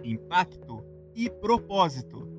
impacto e propósito.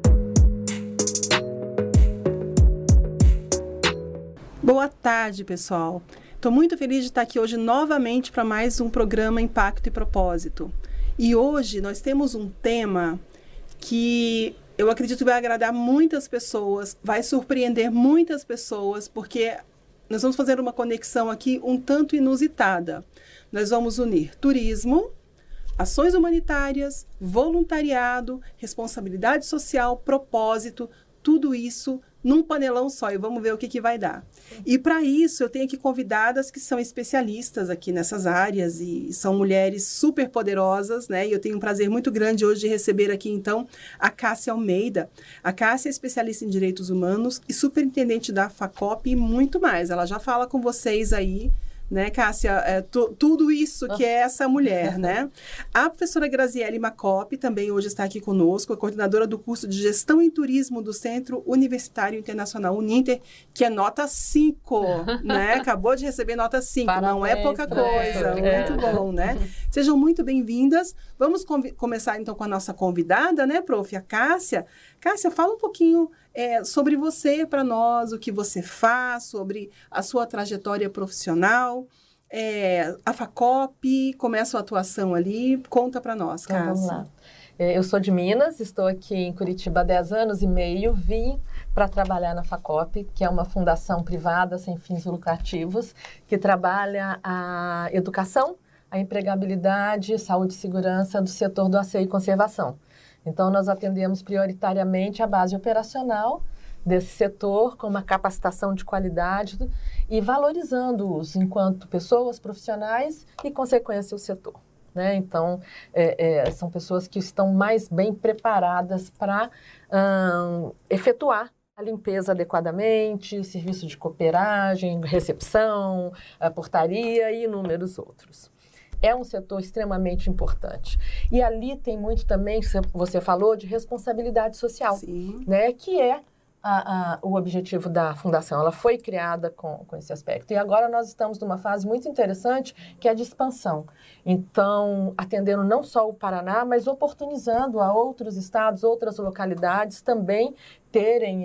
Boa tarde, pessoal. Estou muito feliz de estar aqui hoje novamente para mais um programa Impacto e Propósito. E hoje nós temos um tema que eu acredito que vai agradar muitas pessoas, vai surpreender muitas pessoas, porque nós vamos fazer uma conexão aqui um tanto inusitada. Nós vamos unir turismo, ações humanitárias, voluntariado, responsabilidade social, propósito, tudo isso num panelão só, e vamos ver o que vai dar. E para isso eu tenho aqui convidadas que são especialistas aqui nessas áreas e são mulheres super poderosas, né? E eu tenho um prazer muito grande hoje de receber aqui então a Cássia Almeida. A Cássia é especialista em direitos humanos e superintendente da FACOP e muito mais. Ela já fala com vocês aí, né, Cássia, tudo isso que é essa mulher, né? A professora Graziele Macop também hoje está aqui conosco, a coordenadora do curso de Gestão em Turismo do Centro Universitário Internacional Uninter, que é nota 5, né? Acabou de receber nota 5, Parabéns, não é pouca coisa, muito bom, né? Sejam muito bem-vindas. Vamos começar então com a nossa convidada, né, prof, a Cássia. Cássia, fala um pouquinho sobre você para nós, o que você faz, sobre a sua trajetória profissional. A FACOP, como é a sua atuação ali? Conta para nós, Cássia. Então, vamos lá. Eu sou de Minas, estou aqui em Curitiba há 10 anos e meio. Vim para trabalhar na FACOP, que é uma fundação privada sem fins lucrativos, que trabalha a educação, a empregabilidade, saúde e segurança do setor do asseio e conservação. Então, nós atendemos prioritariamente a base operacional desse setor, com uma capacitação de qualidade e valorizando-os enquanto pessoas profissionais e, consequência, o setor, né? Então, são pessoas que estão mais bem preparadas para efetuar a limpeza adequadamente, serviço de cooperagem, recepção, portaria e inúmeros outros. É um setor extremamente importante. E ali tem muito também, você falou, de responsabilidade social, Sim. né? Que é o objetivo da fundação. Ela foi criada com esse aspecto. E agora nós estamos numa fase muito interessante, que é de expansão. Então, atendendo não só o Paraná, mas oportunizando a outros estados, outras localidades também terem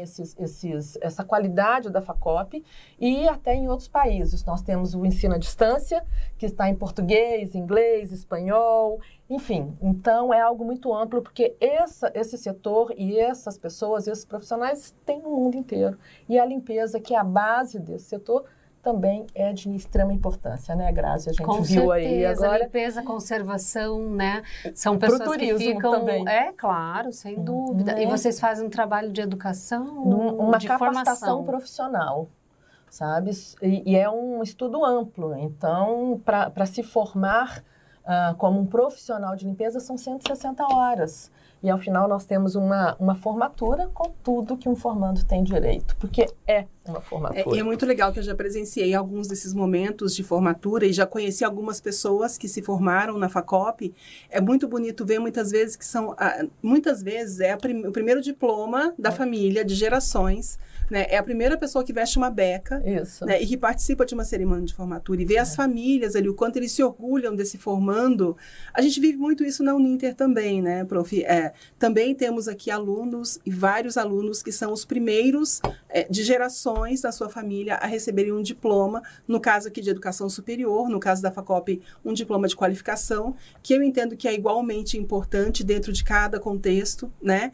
essa qualidade da FACOP e até em outros países. Nós temos o ensino à distância, que está em português, inglês, espanhol, enfim. Então, é algo muito amplo, porque esse setor e essas pessoas, esses profissionais, têm no mundo inteiro. E a limpeza, que é a base desse setor, também é de extrema importância, né, Grazi? A gente com viu certeza, aí agora. Limpeza, conservação, né? São pessoas Pro turismo que ficam... também. Claro, sem dúvida. Né? E vocês fazem um trabalho de educação, uma de capacitação formação profissional, sabe? E é um estudo amplo. Então, para se formar como um profissional de limpeza, são 160 horas. E, ao final, nós temos uma formatura com tudo que um formando tem direito, porque é uma formatura. E é muito legal que eu já presenciei alguns desses momentos de formatura e já conheci algumas pessoas que se formaram na FACOP. É muito bonito ver muitas vezes que são... muitas vezes é o primeiro diploma da família, de gerações, né? É a primeira pessoa que veste uma beca, Isso. Né? E que participa de uma cerimônia de formatura. E ver as famílias ali, o quanto eles se orgulham desse formando. A gente vive muito isso na Uninter também, né, prof? Também temos aqui alunos e vários alunos que são os primeiros de gerações da sua família a receberem um diploma, no caso aqui de educação superior, no caso da FACOP, um diploma de qualificação, que eu entendo que é igualmente importante dentro de cada contexto, né?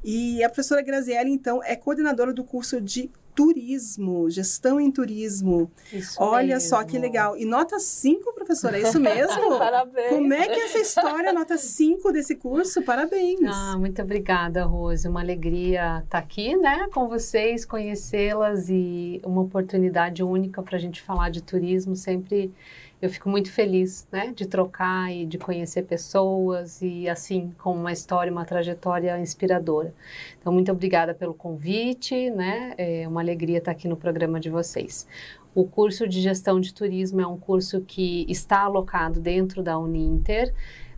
E a professora Graziele, então, é coordenadora do curso de turismo, gestão em turismo. Isso Olha mesmo. só que legal. E nota 5, professora, é isso mesmo? Parabéns. Como é que é essa história, nota 5 desse curso? Parabéns. Muito obrigada, Rose. Uma alegria estar aqui, né, com vocês, conhecê-las e uma oportunidade única para a gente falar de turismo. Sempre eu fico muito feliz, né, de trocar e de conhecer pessoas e, assim, com uma história, uma trajetória inspiradora. Então, muito obrigada pelo convite, né, é uma alegria estar aqui no programa de vocês. O curso de gestão de turismo é um curso que está alocado dentro da Uninter.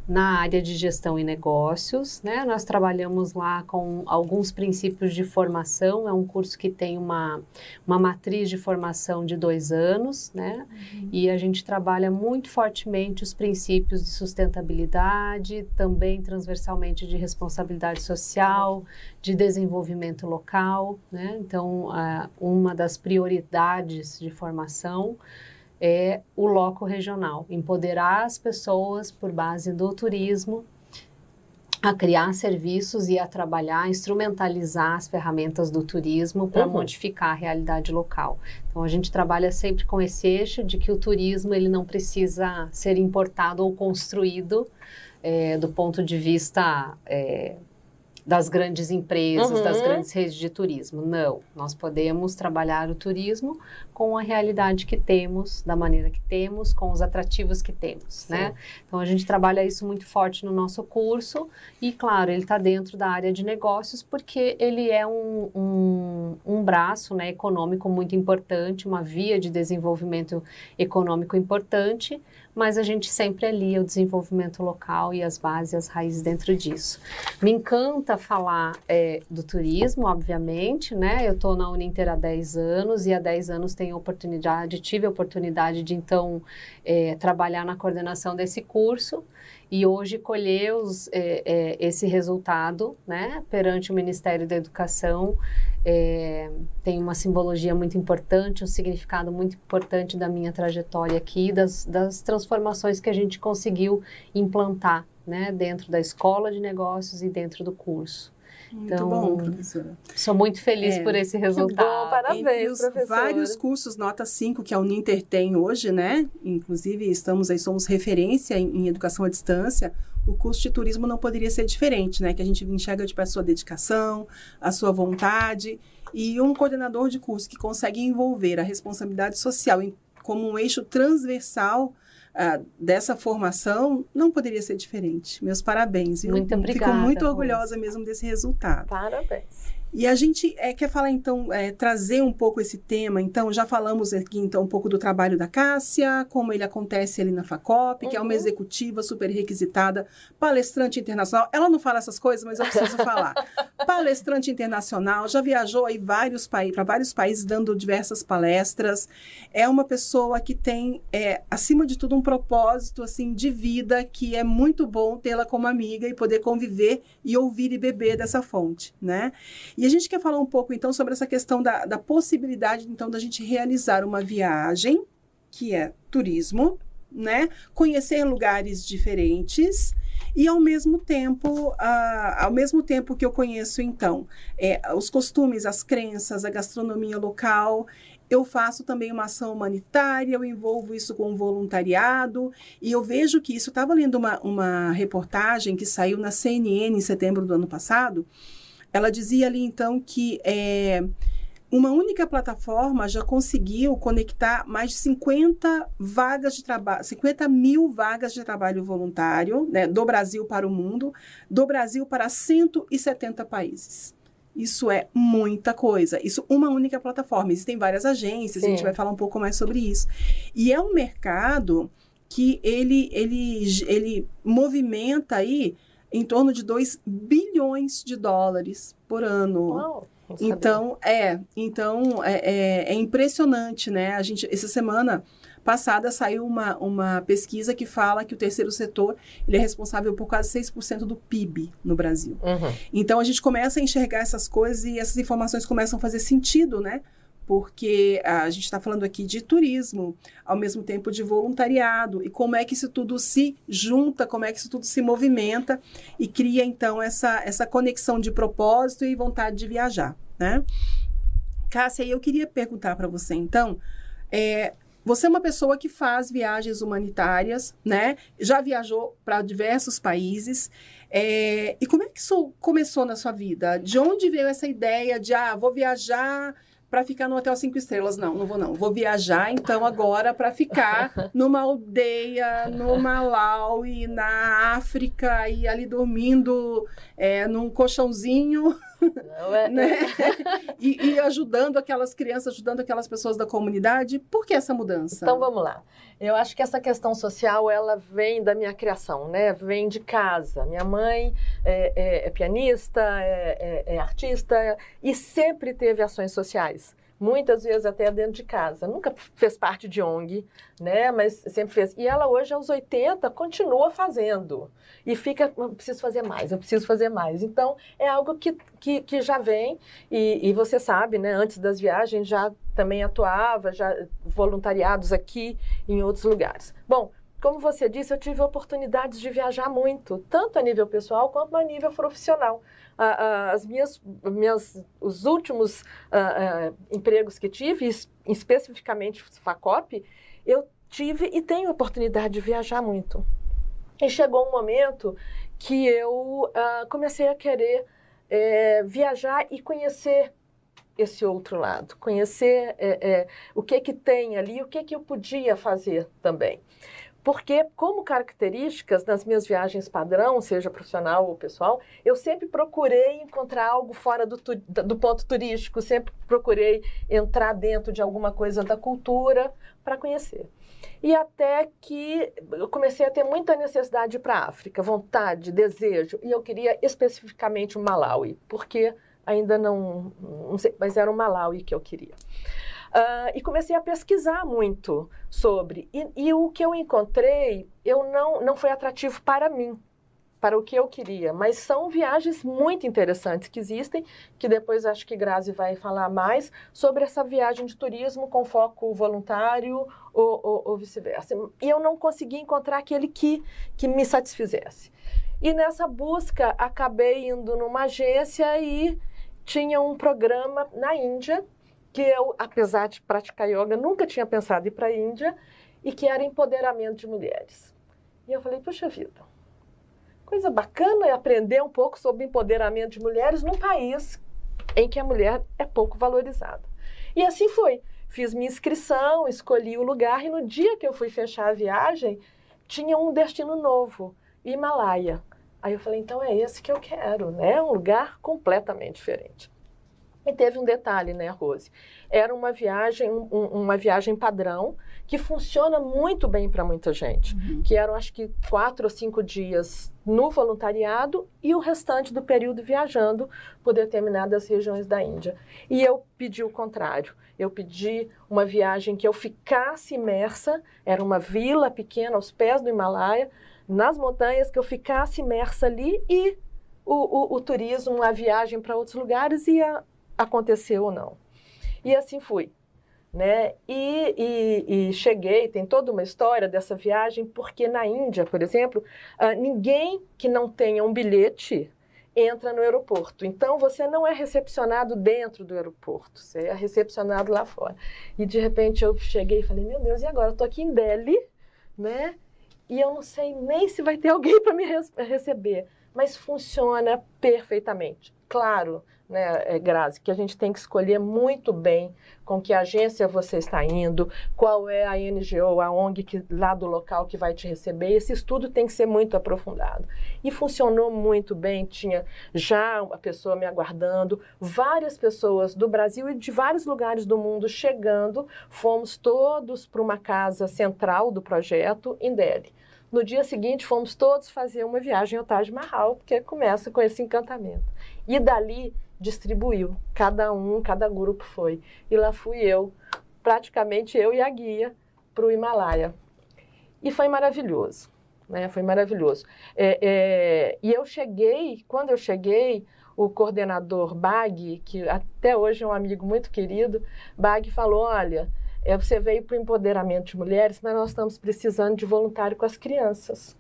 na área de gestão e negócios, né? Nós trabalhamos lá com alguns princípios de formação, é um curso que tem uma matriz de formação de 2 anos, né? E a gente trabalha muito fortemente os princípios de sustentabilidade, também transversalmente de responsabilidade social, de desenvolvimento local, né? Então, uma das prioridades de formação é o loco regional, empoderar as pessoas por base do turismo a criar serviços e a trabalhar, instrumentalizar as ferramentas do turismo para modificar a realidade local. Então, a gente trabalha sempre com esse eixo de que o turismo ele não precisa ser importado ou construído do ponto de vista das grandes empresas, das grandes redes de turismo. Não, nós podemos trabalhar o turismo com a realidade que temos, da maneira que temos, com os atrativos que temos, né? Então, a gente trabalha isso muito forte no nosso curso e, claro, ele está dentro da área de negócios porque ele é um braço, né, econômico muito importante, uma via de desenvolvimento econômico importante, mas a gente sempre alia o desenvolvimento local e as bases, as raízes dentro disso. Me encanta falar do turismo, obviamente, né? Eu estou na Uninter há 10 anos e há 10 anos tive a oportunidade de, então, trabalhar na coordenação desse curso e hoje colher esse resultado, né, perante o Ministério da Educação. Tem uma simbologia muito importante, um significado muito importante da minha trajetória aqui, das transformações que a gente conseguiu implantar, né, dentro da escola de negócios e dentro do curso. Muito bom, professora. Sou muito feliz por esse resultado. Bom, parabéns, entre os professora. vários cursos nota 5 que a Uninter tem hoje, né? Inclusive, somos referência em educação à distância. O curso de turismo não poderia ser diferente, né? Que a gente enxerga a sua dedicação, a sua vontade. E um coordenador de curso que consegue envolver a responsabilidade social como um eixo transversal dessa formação, não poderia ser diferente. Meus parabéns. Muito obrigada. Fico muito orgulhosa mesmo desse resultado. Parabéns. E a gente quer falar, então, trazer um pouco esse tema. Então, já falamos aqui, então, um pouco do trabalho da Cássia, como ele acontece ali na FACOP, que é uma executiva super requisitada, palestrante internacional. Ela não fala essas coisas, mas eu preciso falar. Palestrante internacional, já viajou aí para vários países dando diversas palestras. É uma pessoa que tem, acima de tudo, um propósito, assim, de vida, que é muito bom tê-la como amiga e poder conviver e ouvir e beber dessa fonte, né? E a gente quer falar um pouco, então, sobre essa questão da possibilidade, então, da gente realizar uma viagem, que é turismo, né? Conhecer lugares diferentes e, ao mesmo tempo que eu conheço, então, os costumes, as crenças, a gastronomia local, eu faço também uma ação humanitária, eu envolvo isso com voluntariado, e eu vejo que isso, estava lendo uma reportagem que saiu na CNN em setembro do ano passado. Ela dizia ali, então, que uma única plataforma já conseguiu conectar mais de 50 mil vagas de trabalho voluntário, né, do Brasil para o mundo, do Brasil para 170 países. Isso é muita coisa. Isso, uma única plataforma. Existem várias agências, a gente vai falar um pouco mais sobre isso. E é um mercado que ele movimenta aí em torno de 2 bilhões de dólares por ano. Uau, então, é impressionante, né? Essa semana passada saiu uma pesquisa que fala que o terceiro setor ele é responsável por quase 6% do PIB no Brasil. Então, a gente começa a enxergar essas coisas e essas informações começam a fazer sentido, né? Porque a gente está falando aqui de turismo, ao mesmo tempo de voluntariado, e como é que isso tudo se junta, como é que isso tudo se movimenta e cria, então, essa conexão de propósito e vontade de viajar, né? Cássia, eu queria perguntar para você, então, você é uma pessoa que faz viagens humanitárias, né? Já viajou para diversos países. E como é que isso começou na sua vida? De onde veio essa ideia de, vou viajar para ficar no hotel 5 estrelas? Não vou não. Vou viajar, então, agora para ficar numa aldeia, no Malawi, na África, e ali dormindo num colchãozinho né? E ajudando aquelas crianças, ajudando aquelas pessoas da comunidade. Por que essa mudança? Então, vamos lá. Eu acho que essa questão social, ela vem da minha criação, né? Vem de casa. Minha mãe é pianista, é artista e sempre teve ações sociais. Muitas vezes até dentro de casa. Nunca fez parte de ONG, né? Mas sempre fez. E ela hoje, aos 80, continua fazendo. E fica, eu preciso fazer mais, eu preciso fazer mais. Então, é algo que já vem. E você sabe, né? Antes das viagens, já também atuava, já voluntariados aqui em outros lugares. Bom, como você disse, eu tive oportunidades de viajar muito, tanto a nível pessoal quanto a nível profissional. Os últimos empregos que tive, especificamente FACOP, eu tive e tenho oportunidade de viajar muito. E chegou um momento que eu comecei a querer viajar e conhecer esse outro lado, conhecer o que tem ali, o que eu podia fazer também. Porque, como características nas minhas viagens padrão, seja profissional ou pessoal, eu sempre procurei encontrar algo fora do ponto turístico, sempre procurei entrar dentro de alguma coisa da cultura para conhecer. E até que eu comecei a ter muita necessidade de ir para a África, vontade, desejo, e eu queria especificamente o Malawi, porque ainda não sei, mas era o Malawi que eu queria. E comecei a pesquisar muito sobre. E o que eu encontrei, não foi atrativo para mim, para o que eu queria. Mas são viagens muito interessantes que existem, que depois acho que Grazi vai falar mais, sobre essa viagem de turismo com foco voluntário ou vice-versa. E eu não consegui encontrar aquele que me satisfizesse. E nessa busca, acabei indo numa agência e tinha um programa na Índia, que eu, apesar de praticar yoga, nunca tinha pensado em ir para a Índia, e que era empoderamento de mulheres. E eu falei, puxa vida, coisa bacana é aprender um pouco sobre empoderamento de mulheres num país em que a mulher é pouco valorizada. E assim foi. Fiz minha inscrição, escolhi o lugar, e no dia que eu fui fechar a viagem, tinha um destino novo, Himalaia. Aí eu falei, então é esse que eu quero, né? Um lugar completamente diferente. E teve um detalhe, né, Rose? Era uma viagem padrão que funciona muito bem para muita gente. Que eram, acho que, 4 ou 5 dias no voluntariado e o restante do período viajando por determinadas regiões da Índia. E eu pedi o contrário. Eu pedi uma viagem que eu ficasse imersa, era uma vila pequena aos pés do Himalaia, nas montanhas, que eu ficasse imersa ali e o turismo, a viagem para outros lugares ia acontecer ou não. E assim fui, né? E cheguei, tem toda uma história dessa viagem, porque na Índia, por exemplo, ninguém que não tenha um bilhete entra no aeroporto. Então, você não é recepcionado dentro do aeroporto, você é recepcionado lá fora. E, de repente, eu cheguei e falei, meu Deus, e agora? Eu estou aqui em Delhi, né? E eu não sei nem se vai ter alguém para me receber, mas funciona perfeitamente. Claro, né, Grazi, que a gente tem que escolher muito bem com que agência você está indo, qual é a NGO, a ONG lá do local que vai te receber. Esse estudo tem que ser muito aprofundado. E funcionou muito bem, tinha já a pessoa me aguardando, várias pessoas do Brasil e de vários lugares do mundo chegando. Fomos todos para uma casa central do projeto em Delhi. No dia seguinte, fomos todos fazer uma viagem ao Taj Mahal, porque começa com esse encantamento. E dali distribuiu, cada grupo foi. E lá fui eu, praticamente eu e a guia, para o Himalaia. E foi maravilhoso, né? Foi maravilhoso. E eu cheguei, quando eu cheguei, o coordenador Bag, que até hoje é um amigo muito querido, Bag falou, olha, você veio para o empoderamento de mulheres, mas nós estamos precisando de voluntário com as crianças.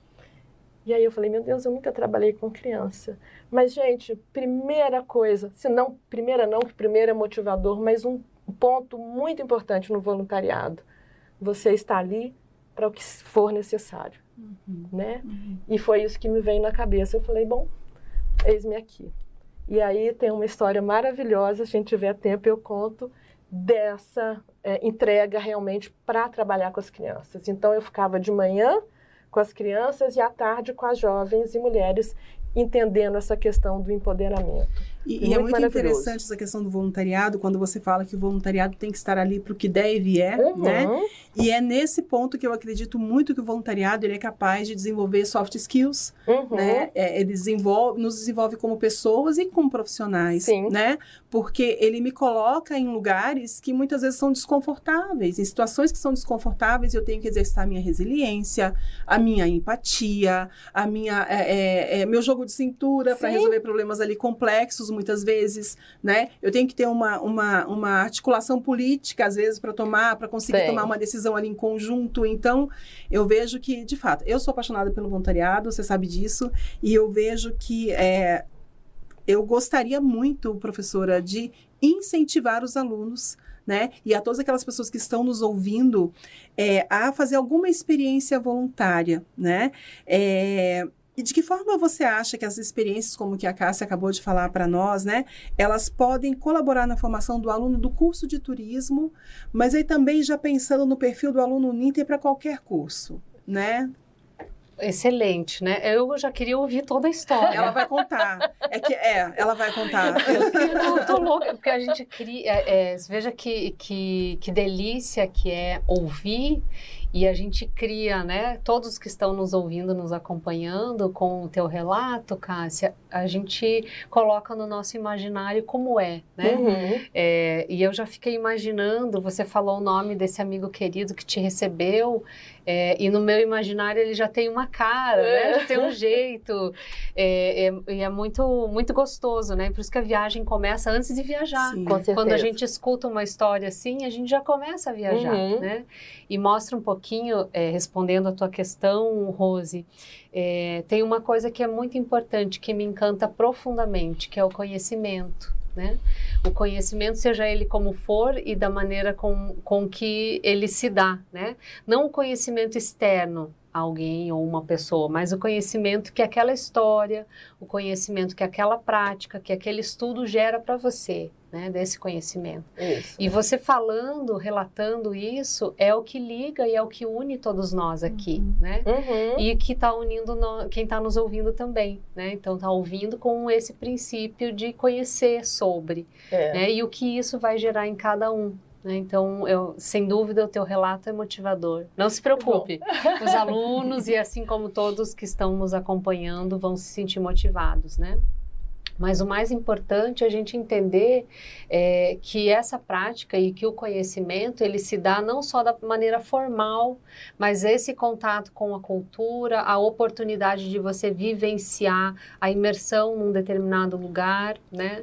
E aí eu falei, meu Deus, eu nunca trabalhei com criança. Mas, gente, primeira coisa, se não, primeira não, que primeiro é motivador, mas um ponto muito importante no voluntariado. Você está ali para o que for necessário, né? E foi isso que me veio na cabeça. Eu falei, bom, eis-me aqui. E aí tem uma história maravilhosa, se a gente tiver tempo eu conto, dessa entrega realmente para trabalhar com as crianças. Então, eu ficava de manhã com as crianças e à tarde com as jovens e mulheres entendendo essa questão do empoderamento. E é muito interessante essa questão do voluntariado, quando você fala que o voluntariado tem que estar ali para o que der e vier, né? E é nesse ponto que eu acredito muito que o voluntariado ele é capaz de desenvolver soft skills, né? Ele nos desenvolve como pessoas e como profissionais, né? Porque ele me coloca em lugares que muitas vezes são desconfortáveis, em situações que são desconfortáveis, eu tenho que exercitar a minha resiliência, a minha empatia, a minha, meu jogo de cintura para resolver problemas ali complexos, muitas vezes, né? Eu tenho que ter uma articulação política, às vezes, para conseguir tomar uma decisão ali em conjunto. Então, eu vejo que, de fato, eu sou apaixonada pelo voluntariado, você sabe disso, e eu vejo que eu gostaria muito, professora, de incentivar os alunos, né? E a todas aquelas pessoas que estão nos ouvindo a fazer alguma experiência voluntária, né? E de que forma você acha que as experiências, como que a Cássia acabou de falar para nós, né, elas podem colaborar na formação do aluno do curso de turismo, mas aí também já pensando no perfil do aluno Uninter para qualquer curso, né? Excelente, né? Eu já queria ouvir toda a história. Ela vai contar. Ela vai contar. Eu tô louca, porque a gente cria... veja que delícia que é ouvir e a gente cria, né? Todos que estão nos ouvindo, nos acompanhando com o teu relato, Cássia, a gente coloca no nosso imaginário como é, né? E eu já fiquei imaginando, você falou o nome desse amigo querido que te recebeu, e no meu imaginário ele já tem uma cara, né? Já tem um jeito, e é muito, muito gostoso, né? Por isso que a viagem começa antes de viajar. Sim, com certeza. Quando a gente escuta uma história assim, a gente já começa a viajar, né? E mostra um pouquinho, respondendo a tua questão, Rose, tem uma coisa que é muito importante, que me encanta profundamente, que é o conhecimento, né? O conhecimento, seja ele como for e da maneira com que ele se dá, né? Não o conhecimento externo a alguém ou uma pessoa, mas o conhecimento que aquela história, o conhecimento que aquela prática, que aquele estudo gera para você, né? Desse conhecimento. Isso. E você falando, relatando isso, é o que liga e é o que une todos nós aqui, né? E que está unindo quem está nos ouvindo também, né? Então está ouvindo com esse princípio de conhecer sobre, né? E o que isso vai gerar em cada um. Então, sem dúvida, o teu relato é motivador. Não se preocupe, os alunos e assim como todos que estão nos acompanhando vão se sentir motivados, né? Mas o mais importante é a gente entender que essa prática e que o conhecimento, ele se dá não só da maneira formal, mas esse contato com a cultura, a oportunidade de você vivenciar a imersão num determinado lugar, né?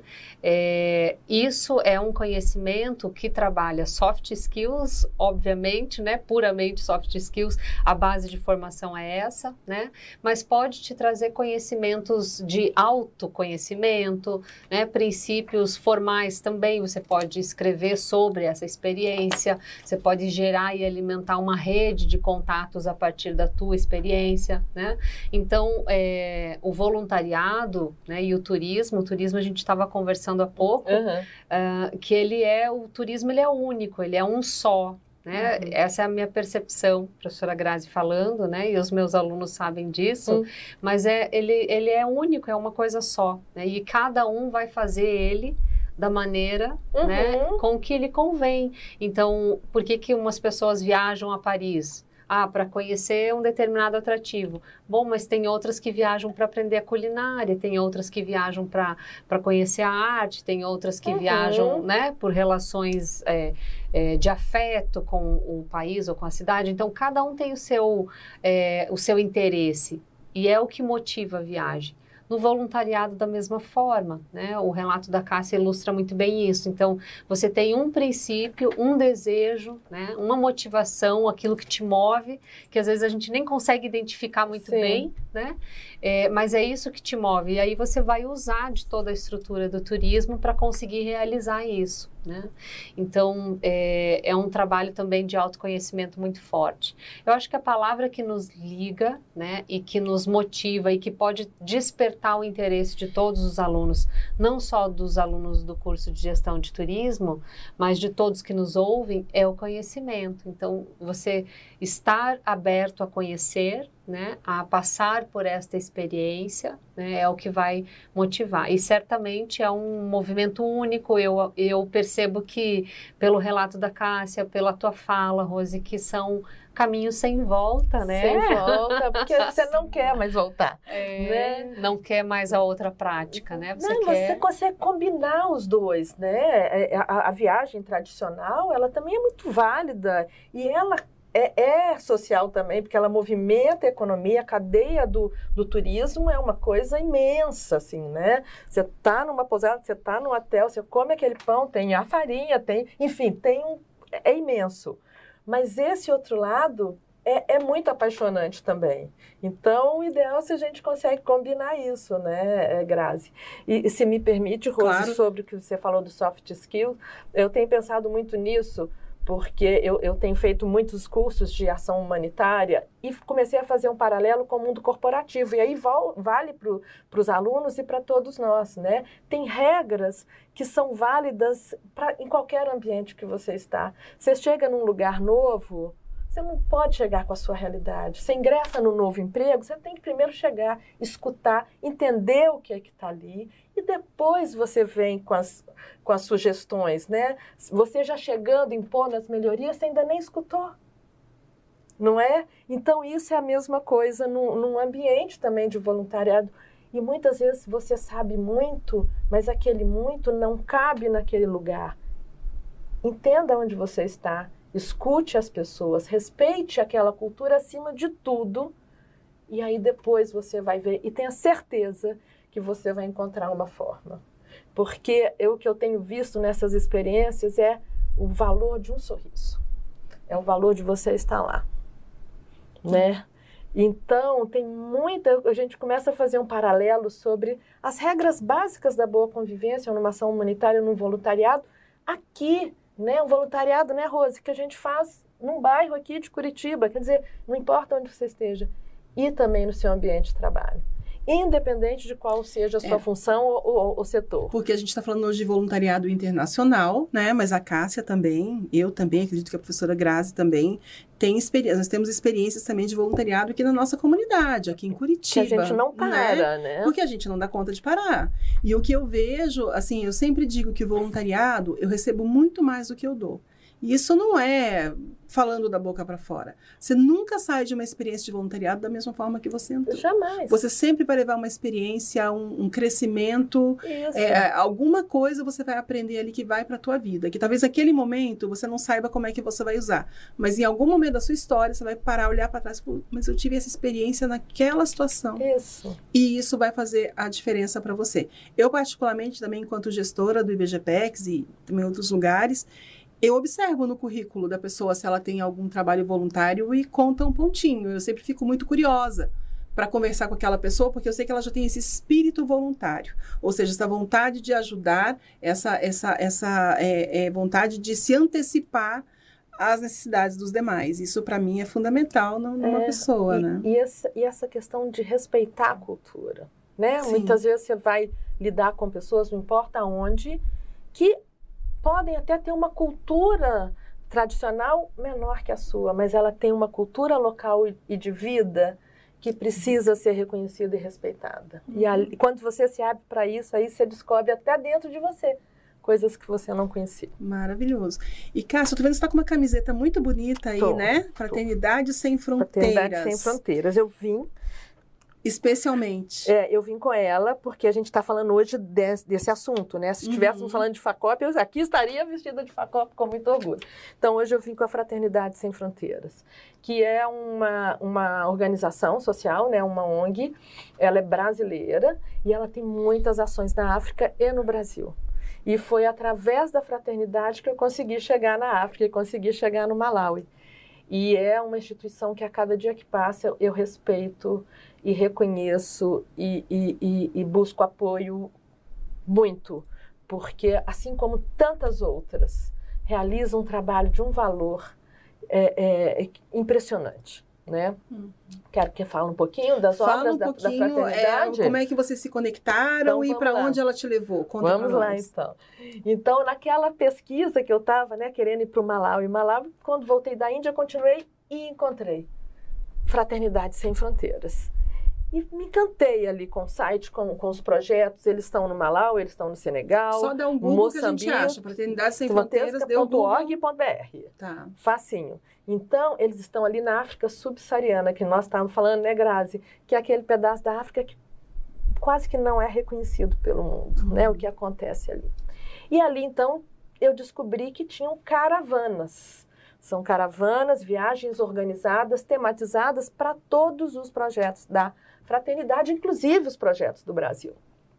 Isso é um conhecimento que trabalha soft skills, obviamente, né? Puramente soft skills, a base de formação é essa, né? Mas pode te trazer conhecimentos de autoconhecimento, né, princípios formais também, você pode escrever sobre essa experiência, você pode gerar e alimentar uma rede de contatos a partir da tua experiência, né? Então, o voluntariado, né, e o turismo a gente estava conversando há pouco, que o turismo ele é único, ele é um só, né? Essa é a minha percepção, professora Grazi falando, né? E os meus alunos sabem disso, mas ele é único, é uma coisa só, né? E cada um vai fazer ele da maneira, né, com que lhe convém. Então, por que umas pessoas viajam a Paris? Para conhecer um determinado atrativo. Bom, mas tem outras que viajam para aprender a culinária, tem outras que viajam para conhecer a arte, tem outras que viajam, né, por relações de afeto com o país ou com a cidade. Então, cada um tem o seu interesse e é o que motiva a viagem. No voluntariado, da mesma forma, né? O relato da Cássia ilustra muito bem isso. Então, você tem um princípio, um desejo, né? Uma motivação, aquilo que te move, que às vezes a gente nem consegue identificar muito bem, né? Mas é isso que te move. E aí você vai usar de toda a estrutura do turismo para conseguir realizar isso, né? Então, é um trabalho também de autoconhecimento muito forte. Eu acho que a palavra que nos liga, né, e que nos motiva e que pode despertar o interesse de todos os alunos, não só dos alunos do curso de gestão de turismo, mas de todos que nos ouvem, é o conhecimento. Então, você estar aberto a conhecer, né, a passar por esta experiência, né, é o que vai motivar. E certamente é um movimento único. Eu percebo que, pelo relato da Cássia, pela tua fala, Rose, que são caminhos sem volta, né? Sem volta, porque você não quer mais voltar. Né? Não quer mais a outra prática, né? Você consegue combinar os dois, né? A viagem tradicional, ela também é muito válida e ela é social também, porque ela movimenta a economia, a cadeia do turismo é uma coisa imensa, assim, né? Você está numa pousada, você está num hotel, você come aquele pão, tem a farinha, enfim, é imenso. Mas esse outro lado é muito apaixonante também. Então, o ideal é se a gente consegue combinar isso, né, Grazi? E se me permite, Rose, claro, sobre o que você falou do soft skills, eu tenho pensado muito nisso, porque eu tenho feito muitos cursos de ação humanitária e comecei a fazer um paralelo com o mundo corporativo. E aí vale para os alunos e para todos nós, né? Tem regras que são válidas em qualquer ambiente que você está. Você chega num lugar novo, você não pode chegar com a sua realidade. Você ingressa no novo emprego, você tem que primeiro chegar, escutar, entender o que é que está ali e depois você vem com as sugestões, né? Você já chegando, impondo as melhorias, você ainda nem escutou, não é? Então, isso é a mesma coisa num ambiente também de voluntariado. E muitas vezes você sabe muito, mas aquele muito não cabe naquele lugar. Entenda onde você está, escute as pessoas, respeite aquela cultura acima de tudo, e aí depois você vai ver, e tenha certeza que você vai encontrar uma forma. Porque o que eu tenho visto nessas experiências é o valor de um sorriso. É o valor de você estar lá, né? Então, a gente começa a fazer um paralelo sobre as regras básicas da boa convivência numa ação humanitária, num voluntariado, aqui, né? Um voluntariado, né, Rose, que a gente faz num bairro aqui de Curitiba, quer dizer, não importa onde você esteja, e também no seu ambiente de trabalho. Independente de qual seja a sua função ou setor. Porque a gente está falando hoje de voluntariado internacional, né? Mas a Cássia também, eu também, acredito que a professora Grazi também tem experiência. Nós temos experiências também de voluntariado aqui na nossa comunidade, aqui em Curitiba. Que a gente não para, né? Porque a gente não dá conta de parar. E o que eu vejo, assim, eu sempre digo que o voluntariado, eu recebo muito mais do que eu dou. E isso não é falando da boca para fora. Você nunca sai de uma experiência de voluntariado da mesma forma que você entrou. Jamais. Você sempre vai levar uma experiência, um crescimento, alguma coisa você vai aprender ali que vai para a tua vida. Que talvez naquele momento você não saiba como é que você vai usar. Mas em algum momento da sua história você vai parar, olhar para trás e falar, mas eu tive essa experiência naquela situação. Isso. E isso vai fazer a diferença para você. Eu particularmente também, enquanto gestora do IBGPEX e também em outros lugares, eu observo no currículo da pessoa se ela tem algum trabalho voluntário e conta um pontinho. Eu sempre fico muito curiosa para conversar com aquela pessoa, porque eu sei que ela já tem esse espírito voluntário. Ou seja, essa vontade de ajudar, essa vontade de se antecipar às necessidades dos demais. Isso, para mim, é fundamental numa pessoa, né? E essa questão de respeitar a cultura, né? Sim. Muitas vezes você vai lidar com pessoas, não importa onde, que podem até ter uma cultura tradicional menor que a sua, mas ela tem uma cultura local e de vida que precisa ser reconhecida e respeitada. E quando você se abre para isso, aí você descobre até dentro de você coisas que você não conhecia. Maravilhoso. E, Cássia, eu tô vendo que você está com uma camiseta muito bonita aí, né? Fraternidade Sem Fronteiras. Fraternidade Sem Fronteiras. Eu vim... Especialmente. Eu vim com ela porque a gente está falando hoje desse assunto, né? Se estivéssemos falando de FACOP, eu aqui estaria vestida de FACOP com muito orgulho. Então, hoje eu vim com a Fraternidade Sem Fronteiras, que é uma organização social, né? Uma ONG. Ela é brasileira e ela tem muitas ações na África e no Brasil. E foi através da fraternidade que eu consegui chegar na África e consegui chegar no Malawi. E é uma instituição que a cada dia que passa eu respeito e reconheço e busco apoio muito, porque assim como tantas outras, realizam um trabalho de um valor impressionante, né? Quero que fale um pouquinho das obras da fraternidade. Como é que vocês se conectaram e para onde ela te levou? Conta vamos lá, então. Então, naquela pesquisa que eu estava, né, querendo ir para o Malawi, quando voltei da Índia, continuei e encontrei Fraternidade Sem Fronteiras. E me encantei ali com o site, com os projetos. Eles estão no Malau, eles estão no Senegal, Só dá um Google Moçambique, que a gente acha. Fraternidade Sem Fronteiras, deu .org.br. Tá. Facinho. Então, eles estão ali na África subsaariana, que nós estávamos falando, né, Grazi? Que é aquele pedaço da África que quase que não é reconhecido pelo mundo, né? O que acontece ali. E ali, então, eu descobri que tinham caravanas. São caravanas, viagens organizadas, tematizadas para todos os projetos da fraternidade, inclusive os projetos do Brasil.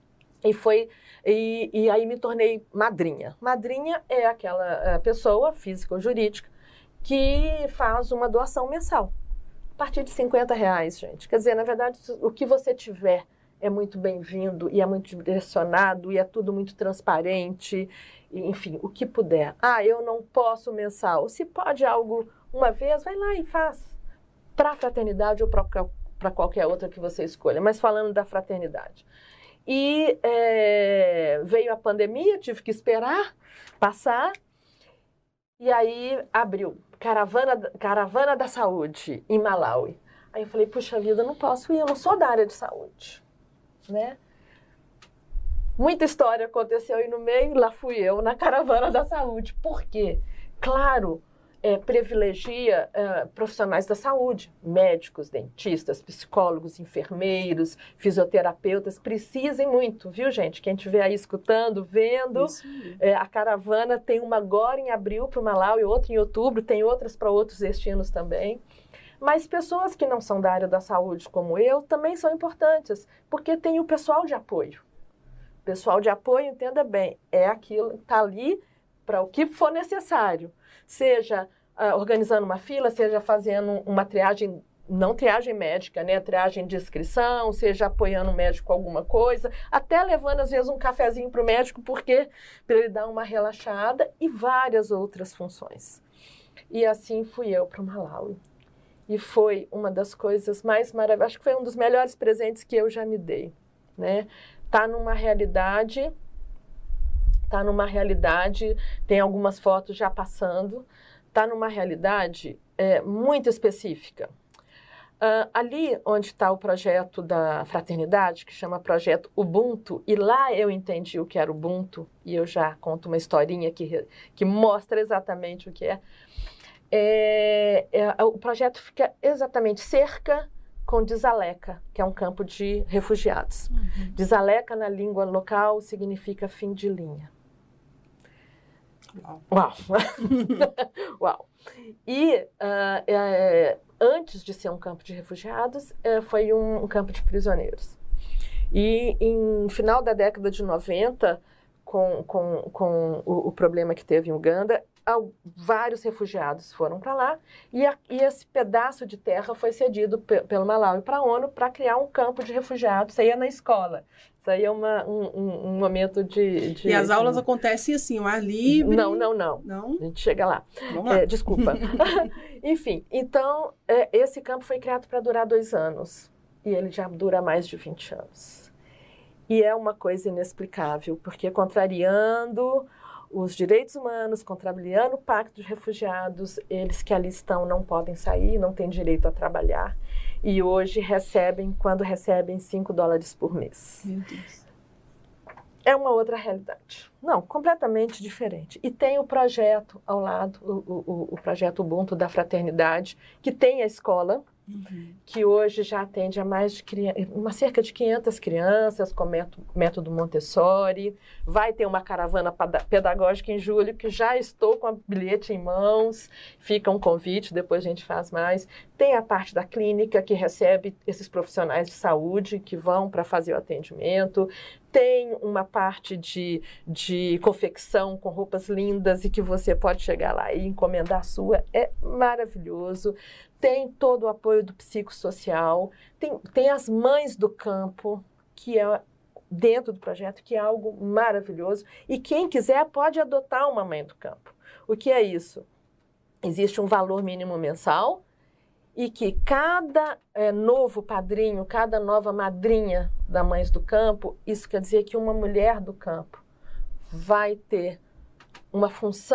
E aí me tornei madrinha. Madrinha é aquela pessoa, física ou jurídica, que faz uma doação mensal, a partir de R$50, gente. Quer dizer, na verdade, o que você tiver é muito bem-vindo e é muito direcionado e é tudo muito transparente, enfim, o que puder. Eu não posso mensal. Se pode algo uma vez, vai lá e faz. Para a fraternidade ou para qualquer outra que você escolha, mas falando da fraternidade. E veio a pandemia, tive que esperar passar, e aí abriu Caravana da Saúde em Malawi. Aí eu falei, puxa vida, eu não posso ir, eu não sou da área de saúde, né? Muita história aconteceu aí no meio, lá fui eu na Caravana da Saúde. Por quê? Claro, privilegia profissionais da saúde, médicos, dentistas, psicólogos, enfermeiros, fisioterapeutas, precisem muito, viu, gente? Quem estiver aí escutando, vendo, a caravana tem uma agora em abril para o Malau e outra em outubro, tem outras para outros destinos também. Mas pessoas que não são da área da saúde, como eu, também são importantes, porque tem o pessoal de apoio. Pessoal de apoio, entenda bem, é aquilo que está ali para o que for necessário. Seja organizando uma fila, seja fazendo uma triagem, não triagem médica, né? Triagem de inscrição, seja apoiando o médico com alguma coisa, até levando, às vezes, um cafezinho para o médico, porque para ele dar uma relaxada, e várias outras funções. E assim fui eu para o Malawi. E foi uma das coisas mais maravilhosas, acho que foi um dos melhores presentes que eu já me dei, né? Tá numa realidade, tem algumas fotos já passando, tá numa realidade muito específica. Ali onde está o projeto da fraternidade, que chama Projeto Ubuntu, e lá eu entendi o que era Ubuntu, e eu já conto uma historinha que mostra exatamente o que é. O projeto fica exatamente cerca com Dzaleka, que é um campo de refugiados. Uhum. Dzaleka, na língua local, significa fim de linha. Uau! Uau! E antes de ser um campo de refugiados, foi um campo de prisioneiros. E em final da década de 90, com o problema que teve em Uganda, vários refugiados foram para lá e esse pedaço de terra foi cedido pelo Malawi para a ONU para criar um campo de refugiados. Isso aí é na escola. Isso aí é um momento de... E as aulas acontecem assim, o ar livre? Não. Não? A gente chega lá. Vamos lá. Desculpa. Enfim, então, esse campo foi criado para durar 2 anos. E ele já dura mais de 20 anos. E é uma coisa inexplicável, porque contrariando os direitos humanos, contrariando o Pacto de Refugiados, eles que ali estão não podem sair, não têm direito a trabalhar. E hoje quando recebem $5 por mês. Meu Deus. É uma outra realidade. Não, completamente diferente. E tem o projeto ao lado, o projeto Ubuntu da Fraternidade, que tem a escola, que hoje já atende a cerca de 500 crianças com método Montessori. Vai ter uma caravana pedagógica em julho, que já estou com o bilhete em mãos. Fica um convite, depois a gente faz mais. Tem a parte da clínica, que recebe esses profissionais de saúde que vão para fazer o atendimento. Tem uma parte de confecção com roupas lindas e que você pode chegar lá e encomendar a sua. É maravilhoso. Tem todo o apoio do psicossocial. Tem as mães do campo, que é dentro do projeto, que é algo maravilhoso. E quem quiser pode adotar uma mãe do campo. O que é isso? Existe um valor mínimo mensal e que cada novo padrinho, cada nova madrinha da Mães do Campo, isso quer dizer que uma mulher do campo vai ter uma função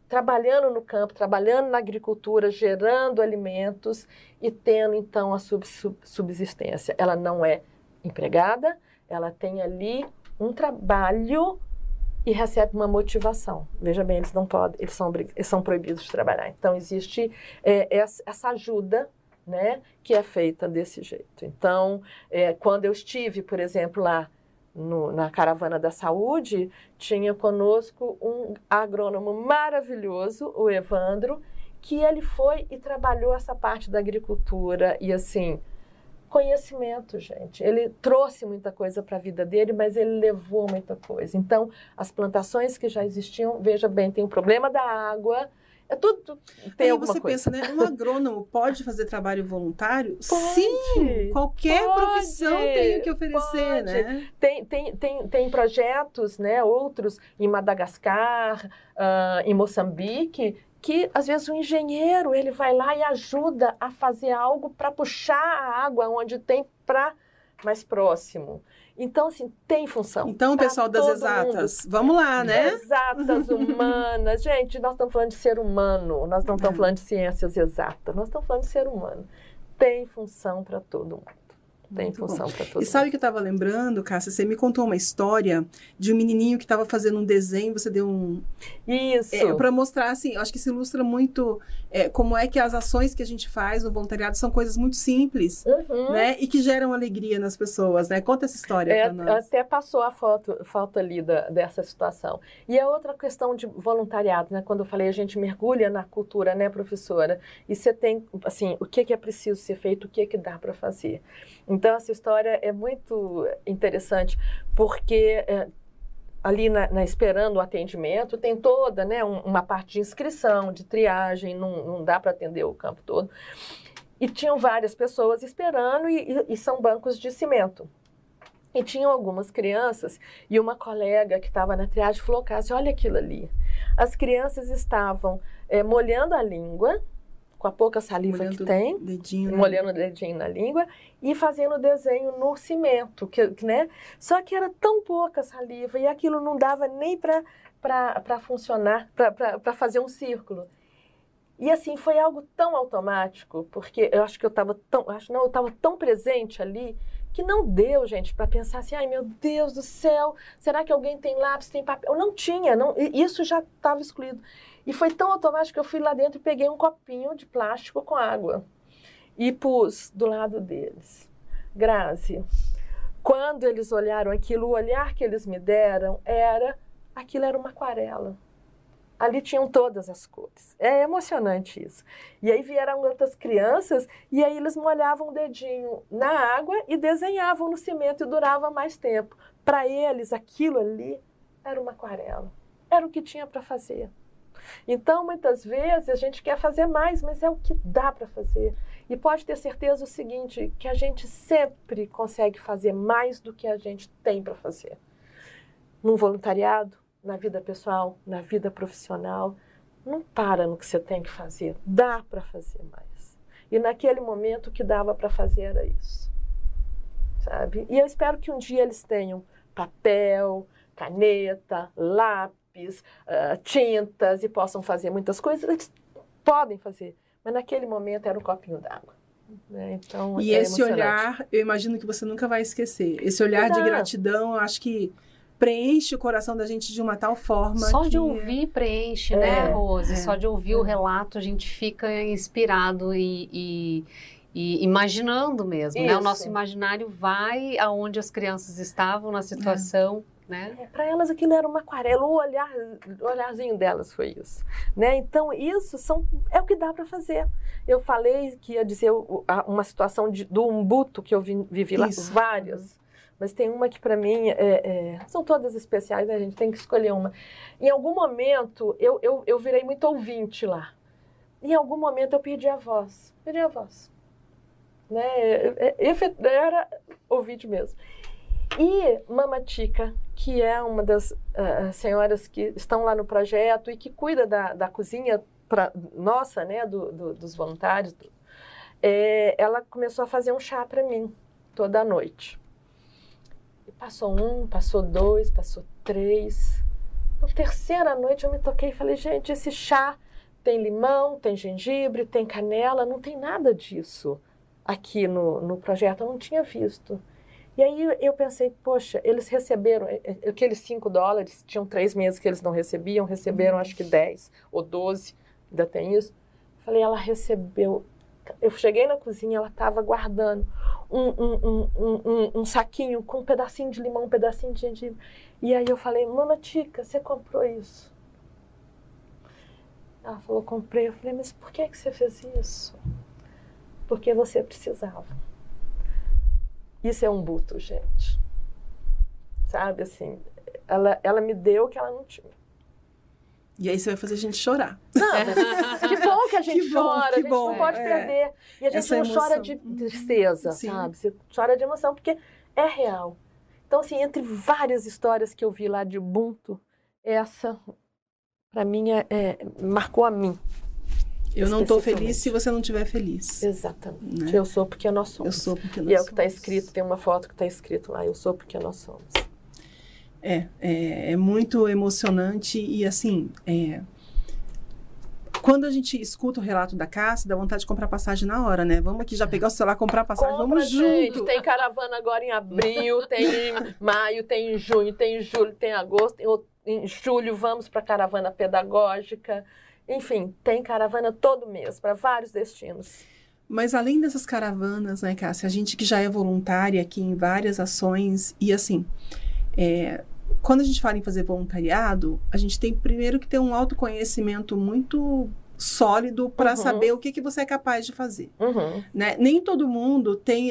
trabalhando no campo, trabalhando na agricultura, gerando alimentos e tendo, então, a subsistência. Ela não é empregada, ela tem ali um trabalho e recebe uma motivação. Veja bem, eles não podem, eles são proibidos de trabalhar. Então, existe essa ajuda, né, que é feita desse jeito. Então, quando eu estive, por exemplo, lá na Caravana da Saúde, tinha conosco um agrônomo maravilhoso, o Evandro, que ele foi e trabalhou essa parte da agricultura e, assim, conhecimento, gente. Ele trouxe muita coisa para a vida dele, mas ele levou muita coisa. Então, as plantações que já existiam, veja bem, tem o problema da água, tudo tem alguma você coisa. pensa, né? Um agrônomo pode fazer trabalho voluntário? Pode, sim! Qualquer profissão tem o que oferecer, pode. né? Tem projetos, né, outros em Madagascar, em Moçambique, que às vezes o engenheiro ele vai lá e ajuda a fazer algo para puxar a água onde tem para mais próximo. Então, assim, tem função. Então, pessoal das exatas, mundo. Vamos lá, né? Exatas, humanas. Gente, nós estamos falando de ser humano, nós não estamos falando de ciências exatas, nós estamos falando de ser humano. Tem função para todo mundo. Tem função para todo mundo. E sabe o que eu estava lembrando, Cássia? Você me contou uma história de um menininho que estava fazendo um desenho, você deu um... Isso. Para mostrar, assim, acho que isso ilustra muito como é que as ações que a gente faz no voluntariado são coisas muito simples, né? E que geram alegria nas pessoas, né? Conta essa história para nós. Até passou a foto ali dessa situação. E a outra questão de voluntariado, né? Quando eu falei, a gente mergulha na cultura, né, professora? E você tem, assim, o que é preciso ser feito, o que dá para fazer. Então, essa história é muito interessante, porque ali esperando o atendimento, tem toda, né, uma parte de inscrição, de triagem, não dá para atender o campo todo. E tinham várias pessoas esperando e são bancos de cimento. E tinham algumas crianças e uma colega que estava na triagem falou, Cássia, olha aquilo ali. As crianças estavam molhando a língua, com a pouca saliva molhando que tem, molhando o dedinho na língua e fazendo desenho no cimento, né? Só que era tão pouca saliva e aquilo não dava nem para funcionar, para fazer um círculo. E assim, foi algo tão automático, porque eu acho que eu estava tão presente ali, que não deu, gente, para pensar assim, ai meu Deus do céu, será que alguém tem lápis, tem papel? Não tinha, isso já estava excluído. E foi tão automático que eu fui lá dentro e peguei um copinho de plástico com água e pus do lado deles. Grazi, quando eles olharam aquilo, o olhar que eles me deram aquilo era uma aquarela. Ali tinham todas as cores. É emocionante isso. E aí vieram outras crianças e aí eles molhavam o dedinho na água e desenhavam no cimento e durava mais tempo. Para eles, aquilo ali era uma aquarela. Era o que tinha para fazer. Então, muitas vezes, a gente quer fazer mais, mas é o que dá para fazer. E pode ter certeza o seguinte, que a gente sempre consegue fazer mais do que a gente tem para fazer. Num voluntariado, na vida pessoal, na vida profissional, não para no que você tem que fazer, dá para fazer mais. E naquele momento o que dava para fazer era isso, sabe? E eu espero que um dia eles tenham papel, caneta, lápis, tintas e possam fazer muitas coisas. Eles podem fazer, mas naquele momento era um copinho d'água. Né? Então, e esse olhar, eu imagino que você nunca vai esquecer. Esse olhar de gratidão, eu acho que preenche o coração da gente de uma tal forma. Só de ouvir preenche, né, Rose? Só de ouvir o relato a gente fica inspirado e imaginando mesmo, né? O nosso imaginário vai aonde as crianças estavam na situação, né? Para elas aquilo era uma aquarela, o olharzinho delas foi isso, né? Então isso é o que dá para fazer. Eu falei que ia dizer uma situação do umbuto que eu vivi lá, várias. Mas tem uma que para mim, são todas especiais, né? A gente tem que escolher uma. Em algum momento, eu virei muito ouvinte lá. Em algum momento eu perdi a voz. Né? Era ouvinte mesmo. E Mama Tica, que é uma das senhoras que estão lá no projeto e que cuida da cozinha nossa, né? Dos voluntários, ela começou a fazer um chá para mim toda noite. Passou 1, passou 2, passou 3. Na terceira noite eu me toquei e falei, gente, esse chá tem limão, tem gengibre, tem canela, não tem nada disso aqui no projeto, eu não tinha visto. E aí eu pensei, poxa, eles receberam aqueles $5, tinham 3 meses que eles não recebiam, receberam acho que 10 ou 12, ainda tem isso. Falei, ela recebeu. Eu cheguei na cozinha, ela estava guardando um saquinho com um pedacinho de limão, um pedacinho de gengibre. E aí eu falei, Mama Tica, você comprou isso? Ela falou, comprei. Eu falei, mas por que você fez isso? Porque você precisava. Isso é um buto, gente. Sabe, assim, ela me deu o que ela não tinha. E aí você vai fazer a gente chorar. Não, mas que bom que a gente chora, a gente não pode perder. E a gente Essa não emoção. chora de tristeza, Sim. sabe? Você chora de emoção, porque é real. Então, assim, entre várias histórias que eu vi lá de Ubuntu, essa, para mim, marcou a mim. Eu não estou feliz se você não estiver feliz. Exatamente. Né? Eu sou porque nós somos. Eu sou porque nós E é o somos. que está escrito, tem uma foto que está escrito lá, eu sou porque nós somos. É muito emocionante e assim, quando a gente escuta o relato da Cássia, dá vontade de comprar passagem na hora, né? Vamos aqui já pegar o celular, comprar passagem, vamos gente, junto. Tem caravana agora em abril, tem em maio, tem em junho, tem em julho, tem em agosto, em julho vamos para a caravana pedagógica. Enfim, tem caravana todo mês, para vários destinos. Mas além dessas caravanas, né, Cássia, a gente que já é voluntária aqui em várias ações, e assim, quando a gente fala em fazer voluntariado, a gente tem primeiro que ter um autoconhecimento muito sólido para saber o que você é capaz de fazer. Né? Nem todo mundo tem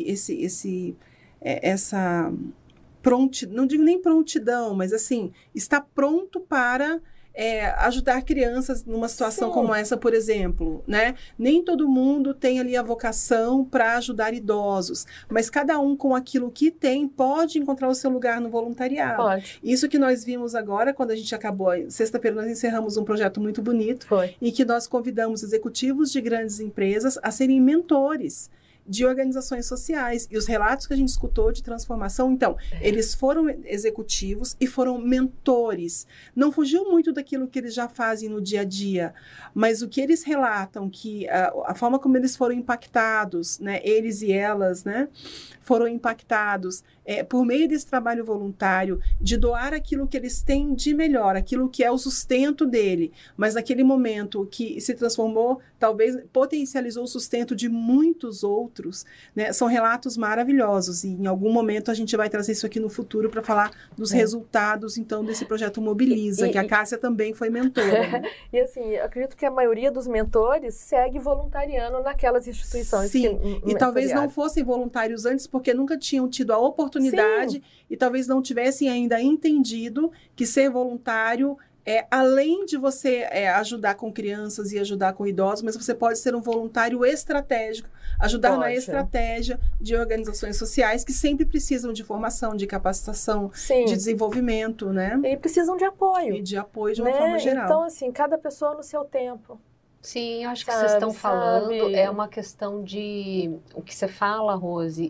essa prontidão, não digo nem prontidão, mas assim, está pronto para ajudar crianças numa situação como essa, por exemplo, né? Nem todo mundo tem ali a vocação para ajudar idosos, mas cada um com aquilo que tem pode encontrar o seu lugar no voluntariado. Pode. Isso que nós vimos agora, quando a gente acabou, sexta-feira nós encerramos um projeto muito bonito, em que nós convidamos executivos de grandes empresas a serem mentores de organizações sociais. E os relatos que a gente escutou de transformação, então, eles foram executivos e foram mentores. Não fugiu muito daquilo que eles já fazem no dia a dia, mas o que eles relatam, que a forma como eles foram impactados, né, eles e elas, né, foram impactados por meio desse trabalho voluntário, de doar aquilo que eles têm de melhor, aquilo que é o sustento dele, mas naquele momento que se transformou, talvez potencializou o sustento de muitos outros, né? São relatos maravilhosos e em algum momento a gente vai trazer isso aqui no futuro para falar dos resultados, então, desse projeto Mobiliza, que a Cássia também foi mentora. Né? E assim, eu acredito que a maioria dos mentores segue voluntariando naquelas instituições. Sim, e talvez não fossem voluntários antes porque nunca tinham tido a oportunidade e talvez não tivessem ainda entendido que ser voluntário além de você ajudar com crianças e ajudar com idosos, mas você pode ser um voluntário estratégico, ajudar na estratégia de organizações sociais que sempre precisam de formação, de capacitação, de desenvolvimento, né? E precisam de apoio. E de apoio de uma forma geral. Então, assim, cada pessoa no seu tempo. Sim, eu acho que vocês estão falando, é uma questão de o que você fala, Rose,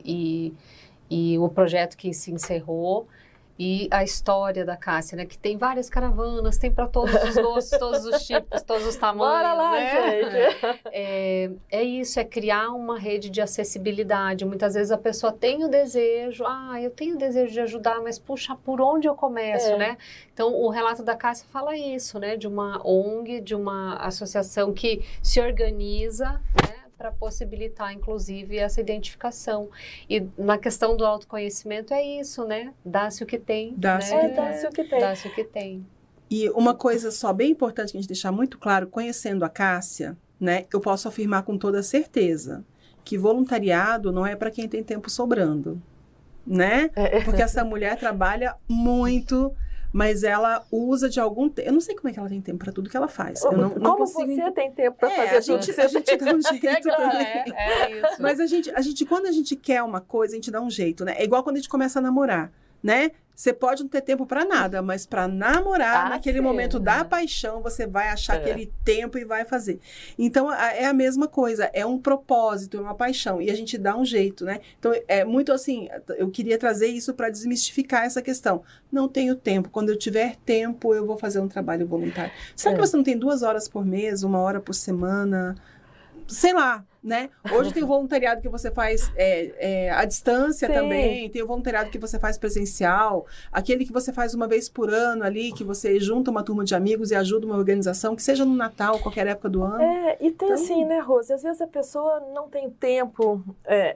e o projeto que se encerrou, e a história da Cássia, né? Que tem várias caravanas, tem para todos os gostos, todos os tipos, todos os tamanhos. Bora lá, né? gente! É isso, é criar uma rede de acessibilidade. Muitas vezes a pessoa tem o desejo, eu tenho o desejo de ajudar, mas puxa, por onde eu começo, né? Então, o relato da Cássia fala isso, né? De uma ONG, de uma associação que se organiza, né? Para possibilitar, inclusive, essa identificação. E na questão do autoconhecimento é isso, né? Dá-se o que tem. Dá-se o que tem. Dá-se o que tem. E uma coisa só bem importante que a gente deixar muito claro, conhecendo a Cássia, né? Eu posso afirmar com toda certeza que voluntariado não é para quem tem tempo sobrando, né? Porque essa mulher trabalha muito, mas ela usa de algum tempo. Eu não sei como é que ela tem tempo para tudo que ela faz. Eu não consigo... você tem tempo para fazer tudo? A gente dá um jeito também. É isso. Mas quando a gente quer uma coisa, a gente dá um jeito, né? É igual quando a gente começa a namorar. né? Você pode não ter tempo para nada, mas para namorar, naquele momento da paixão, você vai achar aquele tempo e vai fazer. Então, é a mesma coisa, é um propósito, é uma paixão, e a gente dá um jeito, né? Então, é muito assim, eu queria trazer isso para desmistificar essa questão. Não tenho tempo, quando eu tiver tempo, eu vou fazer um trabalho voluntário. Será que você não tem 2 horas por mês, 1 hora por semana? Sei lá, né? Hoje tem o voluntariado que você faz à distância também, tem o voluntariado que você faz presencial, aquele que você faz uma vez por ano ali, que você junta uma turma de amigos e ajuda uma organização, que seja no Natal, qualquer época do ano. E tem então, assim, né, Rose? Às vezes a pessoa não tem tempo,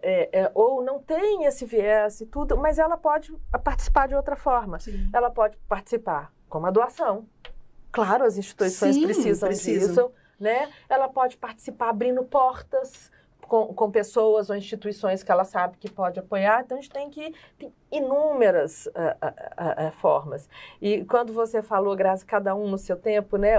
ou não tem esse viés e tudo, mas ela pode participar de outra forma. Sim. Ela pode participar com uma doação. Claro, as instituições precisam disso. Né? Ela pode participar abrindo portas com pessoas ou instituições que ela sabe que pode apoiar. Então, a gente tem inúmeras formas. E quando você falou, Grazi, cada um no seu tempo, né?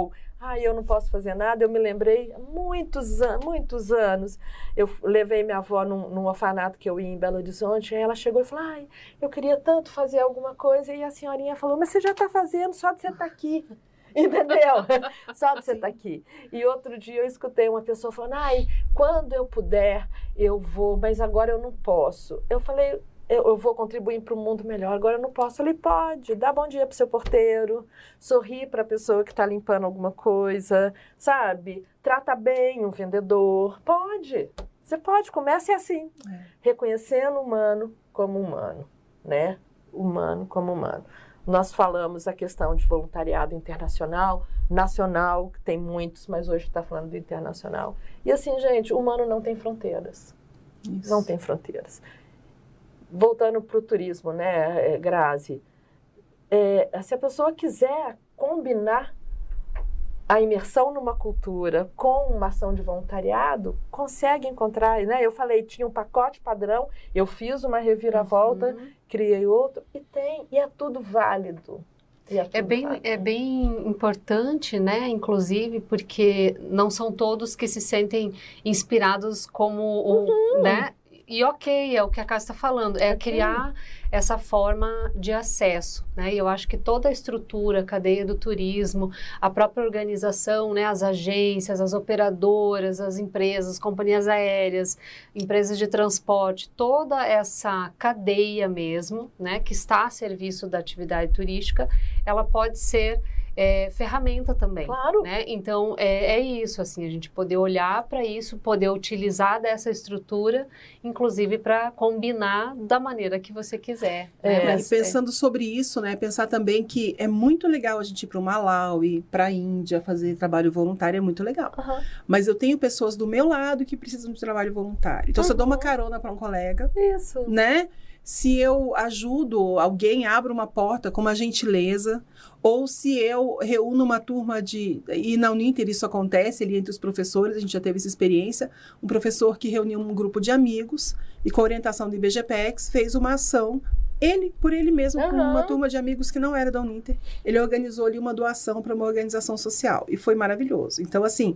Eu não posso fazer nada, eu me lembrei, há muitos anos, eu levei minha avó num orfanato que eu ia em Belo Horizonte, e ela chegou e falou, eu queria tanto fazer alguma coisa, e a senhorinha falou, mas você já está fazendo, só de você estar aqui. Entendeu? Só de você estar aqui. E outro dia eu escutei uma pessoa falando, quando eu puder, eu vou, mas agora eu não posso. Eu falei, eu vou contribuir para um mundo melhor, agora eu não posso. Eu falei, pode, dá bom dia para o seu porteiro, sorri para a pessoa que está limpando alguma coisa, sabe? Trata bem um vendedor, pode. Você pode, comece assim, reconhecendo o humano como humano, né? Humano como humano. Nós falamos a questão de voluntariado internacional, nacional, que tem muitos, mas hoje está falando do internacional. E assim, gente, o humano não tem fronteiras. Isso. Não tem fronteiras. Voltando para o turismo, né, Grazi? Se a pessoa quiser combinar a imersão numa cultura com uma ação de voluntariado, consegue encontrar, né? Eu falei, tinha um pacote padrão, eu fiz uma reviravolta, criei outro, e é tudo válido. É bem importante, né? Inclusive, porque não são todos que se sentem inspirados como né? E é o que a Cássia está falando, criar essa forma de acesso, né? E eu acho que toda a estrutura, a cadeia do turismo, a própria organização, né? As agências, as operadoras, as empresas, companhias aéreas, empresas de transporte, toda essa cadeia mesmo, né? Que está a serviço da atividade turística, ela pode ser ferramenta também, claro. Né? Então, é isso, assim, a gente poder olhar para isso, poder utilizar dessa estrutura, inclusive para combinar da maneira que você quiser. E pensando sobre isso, né, pensar também que é muito legal a gente ir para o Malawi, para a Índia, fazer trabalho voluntário, é muito legal. Mas eu tenho pessoas do meu lado que precisam de trabalho voluntário. Então, se eu dou uma carona para um colega, né? Se eu ajudo alguém, abro uma porta com uma gentileza, ou se eu reúno uma turma e na Uninter isso acontece, ali entre os professores, a gente já teve essa experiência, um professor que reuniu um grupo de amigos e com a orientação do IBGPEX fez uma ação, por ele mesmo, com uma turma de amigos que não era da Uninter, ele organizou ali uma doação para uma organização social e foi maravilhoso. Então, assim,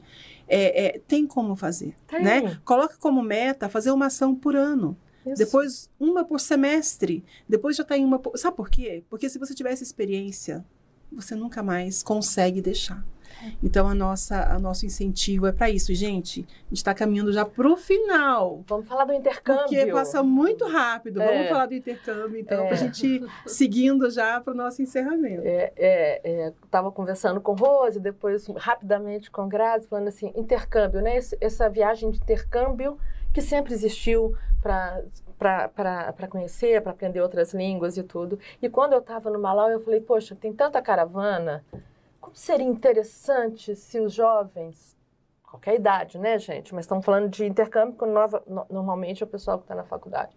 tem como fazer, né? Coloca como meta fazer uma ação por ano. Isso. Depois, uma por semestre. Depois já está em uma... Sabe por quê? Porque se você tiver essa experiência, você nunca mais consegue deixar. Então, o nosso incentivo é para isso. E, gente, a gente está caminhando já para o final. Vamos falar do intercâmbio. Porque passa muito rápido. Vamos falar do intercâmbio, então, para a gente seguindo já para o nosso encerramento. Estava conversando com Rose, depois rapidamente com Grazi, falando assim, intercâmbio, né? Essa viagem de intercâmbio que sempre existiu para conhecer, para aprender outras línguas e tudo. E quando eu estava no Malawi, eu falei, poxa, tem tanta caravana, como seria interessante se os jovens, qualquer idade, né, gente? Mas estamos falando de intercâmbio, quando normalmente é o pessoal que está na faculdade,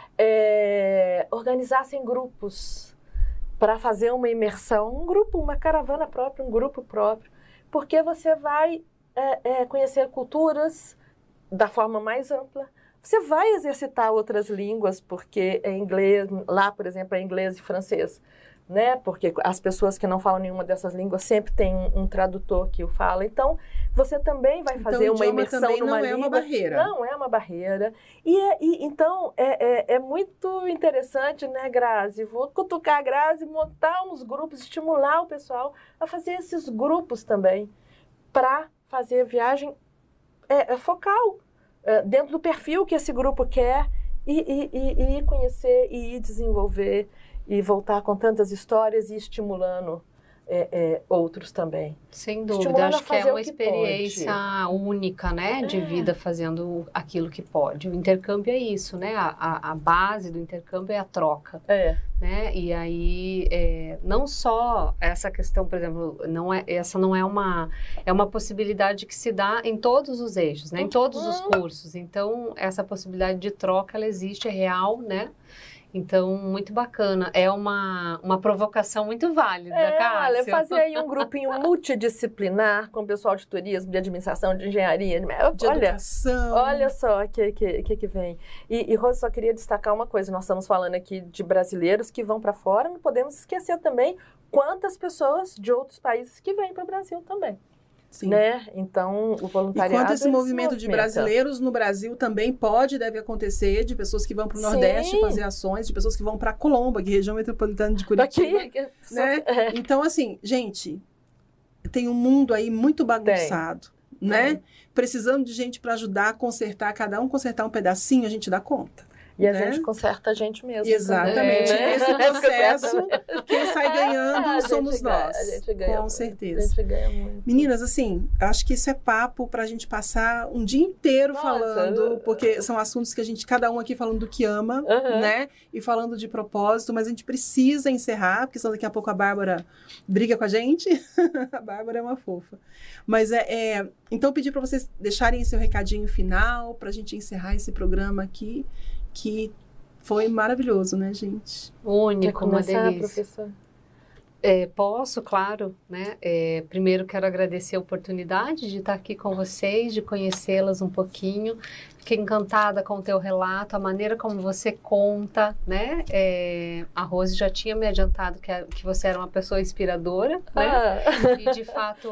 organizassem grupos para fazer uma imersão, um grupo, uma caravana própria, um grupo próprio, porque você vai conhecer culturas da forma mais ampla. Você vai exercitar outras línguas, porque é inglês, lá, por exemplo, é inglês e francês. né? Porque as pessoas que não falam nenhuma dessas línguas sempre tem um tradutor que o fala. Então, você também vai fazer uma imersão numa língua. Não é uma barreira. Não é uma barreira. Então, é muito interessante, né, Grazi? Vou cutucar a Grazi, montar uns grupos, estimular o pessoal a fazer esses grupos também, para fazer viagem focal, dentro do perfil que esse grupo quer, e conhecer, e desenvolver, e voltar com tantas histórias e estimulando outros também. Sem dúvida, acho que é uma experiência única, né, de vida, fazendo aquilo que pode. O intercâmbio é isso, né, a base do intercâmbio é a troca, né, e aí não só essa questão, por exemplo, essa não é uma possibilidade que se dá em todos os eixos, né, em todos os cursos. Então, essa possibilidade de troca, ela existe, é real, né. Então, muito bacana. É uma provocação muito válida, Cássia. Olha, fazer aí um grupinho multidisciplinar com o pessoal de turismo, de administração, de engenharia, de educação. Olha só o que vem. E, Rose, só queria destacar uma coisa. Nós estamos falando aqui de brasileiros que vão para fora, não podemos esquecer também quantas pessoas de outros países que vêm para o Brasil também. Sim. Né? Então, o voluntariado... E quanto esse movimento de brasileiros no Brasil também pode e deve acontecer, de pessoas que vão para o Nordeste fazer ações, de pessoas que vão para Colombo, que é a região metropolitana de Curitiba. Né? Então, assim, gente, tem um mundo aí muito bagunçado, né? Precisando de gente para ajudar a consertar, cada um consertar um pedacinho, a gente dá conta. E a gente conserta a gente mesmo. Exatamente. Esse processo, quem sai ganhando somos nós. A gente ganha. Com certeza. A gente ganha muito. Meninas, assim, acho que isso é papo pra gente passar um dia inteiro falando, porque são assuntos que cada um aqui falando do que ama, né? E falando de propósito, mas a gente precisa encerrar, porque senão daqui a pouco a Bárbara briga com a gente. A Bárbara é uma fofa. Mas então eu pedi pra vocês deixarem seu recadinho final, pra gente encerrar esse programa aqui, que foi maravilhoso, né, gente? Único, uma delícia. Professor? Posso, claro, né? Primeiro quero agradecer a oportunidade de estar aqui com vocês, de conhecê-las um pouquinho. Fiquei encantada com o teu relato, a maneira como você conta, né? A Rose já tinha me adiantado que você era uma pessoa inspiradora, né? E de fato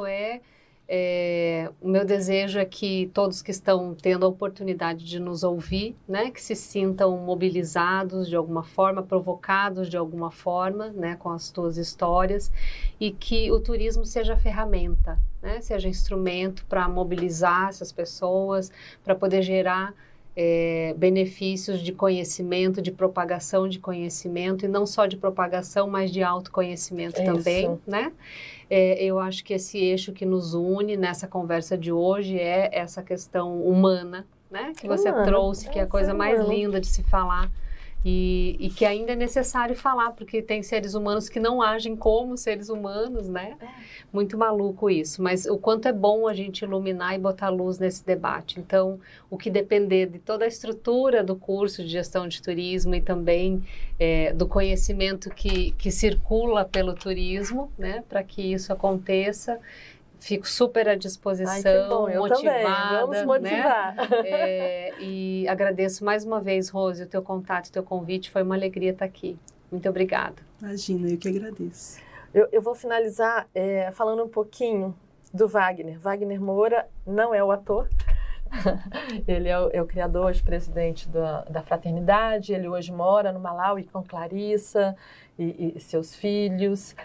o meu desejo é que todos que estão tendo a oportunidade de nos ouvir, né, que se sintam mobilizados de alguma forma, provocados de alguma forma, né, com as tuas histórias, e que o turismo seja ferramenta, né, seja instrumento para mobilizar essas pessoas, para poder gerar benefícios de conhecimento, de propagação de conhecimento, e não só de propagação, mas de autoconhecimento também, né? Eu acho que esse eixo que nos une nessa conversa de hoje é essa questão humana, né? Que você trouxe, que é a coisa mais linda de se falar. E que ainda é necessário falar, porque tem seres humanos que não agem como seres humanos, né? Muito maluco isso, mas o quanto é bom a gente iluminar e botar luz nesse debate. Então, o que depender de toda a estrutura do curso de gestão de turismo e também do conhecimento que circula pelo turismo, né? Para que isso aconteça. Fico super à disposição, motivada. Também. Vamos motivar. Né? E agradeço mais uma vez, Rose, o teu contato, o teu convite. Foi uma alegria estar aqui. Muito obrigada. Imagina, eu que agradeço. Eu vou finalizar falando um pouquinho do Wagner. Wagner Moura não é o ator. Ele é o criador, hoje presidente da Fraternidade. Ele hoje mora no Malawi com Clarissa e seus filhos.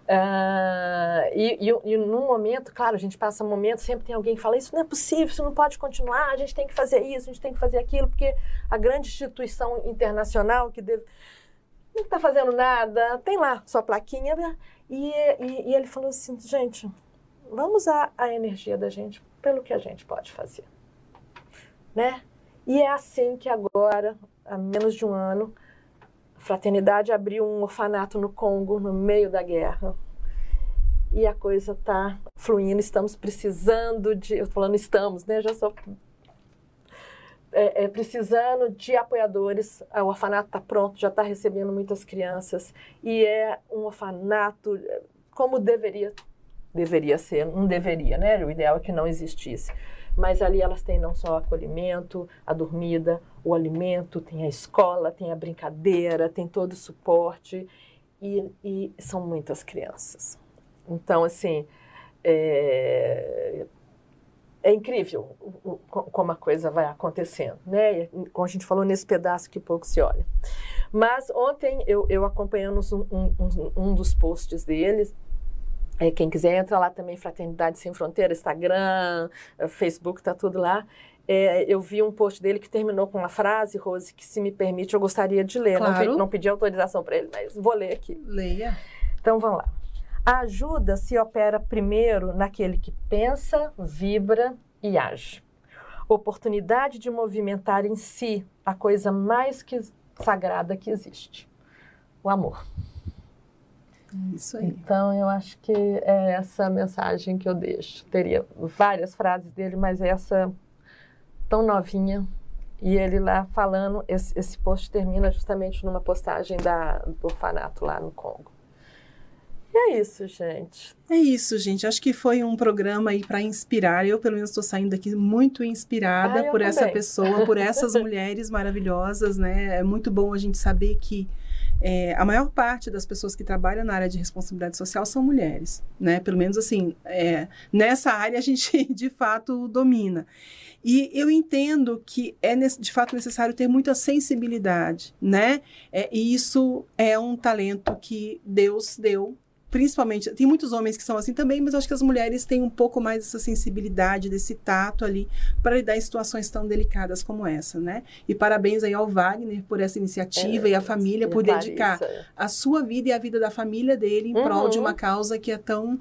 E num momento, claro, a gente passa um momento, sempre tem alguém que fala, isso não é possível, isso não pode continuar, a gente tem que fazer isso, a gente tem que fazer aquilo, porque a grande instituição internacional que não está fazendo nada, tem lá sua plaquinha, né? E ele falou assim, gente, vamos usar a energia da gente pelo que a gente pode fazer, né? E é assim que agora, há menos de um ano, a Fraternidade abriu um orfanato no Congo, no meio da guerra. E a coisa está fluindo, estamos precisando de... Eu estou falando estamos, né? Já sou... precisando de apoiadores. O orfanato está pronto, já está recebendo muitas crianças. E é um orfanato como deveria ser. Não deveria, né? O ideal é que não existisse. Mas ali elas têm não só o acolhimento, a dormida, o alimento, tem a escola, tem a brincadeira, tem todo o suporte. e são muitas crianças. Então, assim, é incrível como a coisa vai acontecendo, né? Como a gente falou nesse pedaço que pouco se olha. Mas ontem eu acompanhando um dos posts deles, quem quiser entra lá também, Fraternidade Sem Fronteira, Instagram, Facebook, tá tudo lá. Eu vi um post dele que terminou com uma frase, Rose, que, se me permite, eu gostaria de ler. Claro. Não pedi autorização para ele, mas vou ler aqui. Leia. Então, vamos lá. A ajuda se opera primeiro naquele que pensa, vibra e age. Oportunidade de movimentar em si a coisa mais sagrada que existe. O amor. Isso aí. Então, eu acho que é essa mensagem que eu deixo. Teria várias frases dele, mas essa tão novinha. E ele lá falando, esse post termina justamente numa postagem do orfanato lá no Congo. E é isso, gente. É isso, gente. Acho que foi um programa aí para inspirar. Eu, pelo menos, estou saindo daqui muito inspirada por essa pessoa, por essas mulheres maravilhosas, né? É muito bom a gente saber que a maior parte das pessoas que trabalham na área de responsabilidade social são mulheres, né? Pelo menos, assim, nessa área a gente, de fato, domina. E eu entendo que de fato, necessário ter muita sensibilidade, né? E isso é um talento que Deus deu. Principalmente, tem muitos homens que são assim também, mas eu acho que as mulheres têm um pouco mais dessa sensibilidade, desse tato ali, para lidar em situações tão delicadas como essa, né? E parabéns aí ao Wagner por essa iniciativa e à família por dedicar a sua vida e a vida da família dele em prol de uma causa que é tão,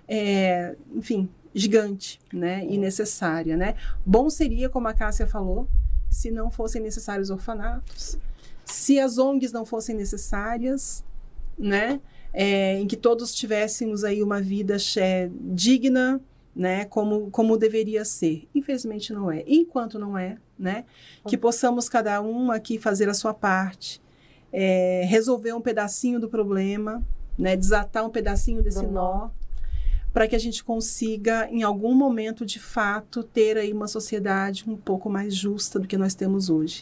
enfim, gigante, né? E necessária, né? Bom seria, como a Cássia falou, se não fossem necessários orfanatos, se as ONGs não fossem necessárias, né? Em que todos tivéssemos aí uma vida digna, né, como deveria ser. Infelizmente não é. Enquanto não é, né, que possamos cada um aqui fazer a sua parte, resolver um pedacinho do problema, né, desatar um pedacinho desse nó, para que a gente consiga, em algum momento, de fato, ter aí uma sociedade um pouco mais justa do que nós temos hoje.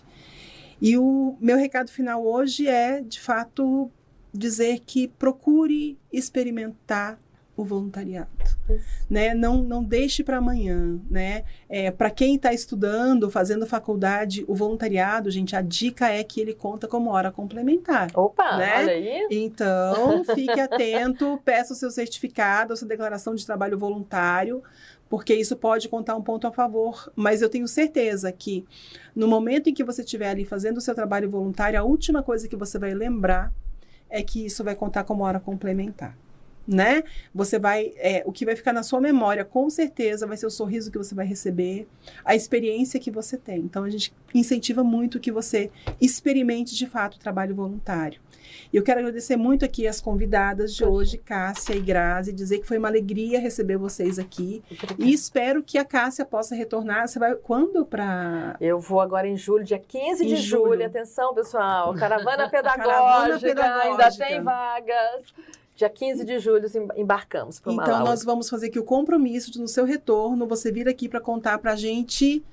E o meu recado final hoje é, de fato, dizer que procure experimentar o voluntariado, né? Não deixe para amanhã, né? Para quem está estudando, fazendo faculdade, o voluntariado, gente, a dica é que ele conta como hora complementar. Opa, né? Olha aí. Então, fique atento, peça o seu certificado, a sua declaração de trabalho voluntário, porque isso pode contar um ponto a favor. Mas eu tenho certeza que no momento em que você estiver ali fazendo o seu trabalho voluntário, a última coisa que você vai lembrar é que isso vai contar como hora complementar, né? Você vai, o que vai ficar na sua memória, com certeza, vai ser o sorriso que você vai receber, a experiência que você tem. Então, a gente incentiva muito que você experimente, de fato, o trabalho voluntário. E eu quero agradecer muito aqui as convidadas de hoje, Cássia e Grazi, dizer que foi uma alegria receber vocês aqui. E espero que a Cássia possa retornar. Você vai quando para... Eu vou agora em julho, dia 15 de julho. Atenção, pessoal. Caravana Pedagógica. Caravana Pedagógica. Ainda tem vagas. Dia 15 de julho embarcamos para Malawi. Então, nós vamos fazer aqui o compromisso de, no seu retorno, você vir aqui para contar para a gente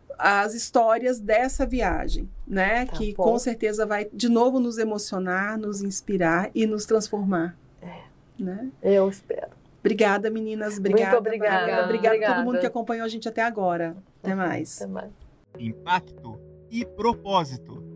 as histórias dessa viagem, né? Tá que bom. Com certeza vai, de novo, nos emocionar, nos inspirar e nos transformar. Né? Eu espero. Obrigada, meninas. Obrigada. Muito obrigada. Obrigada a todo mundo que acompanhou a gente até agora. Até mais. Até mais. Impacto e propósito.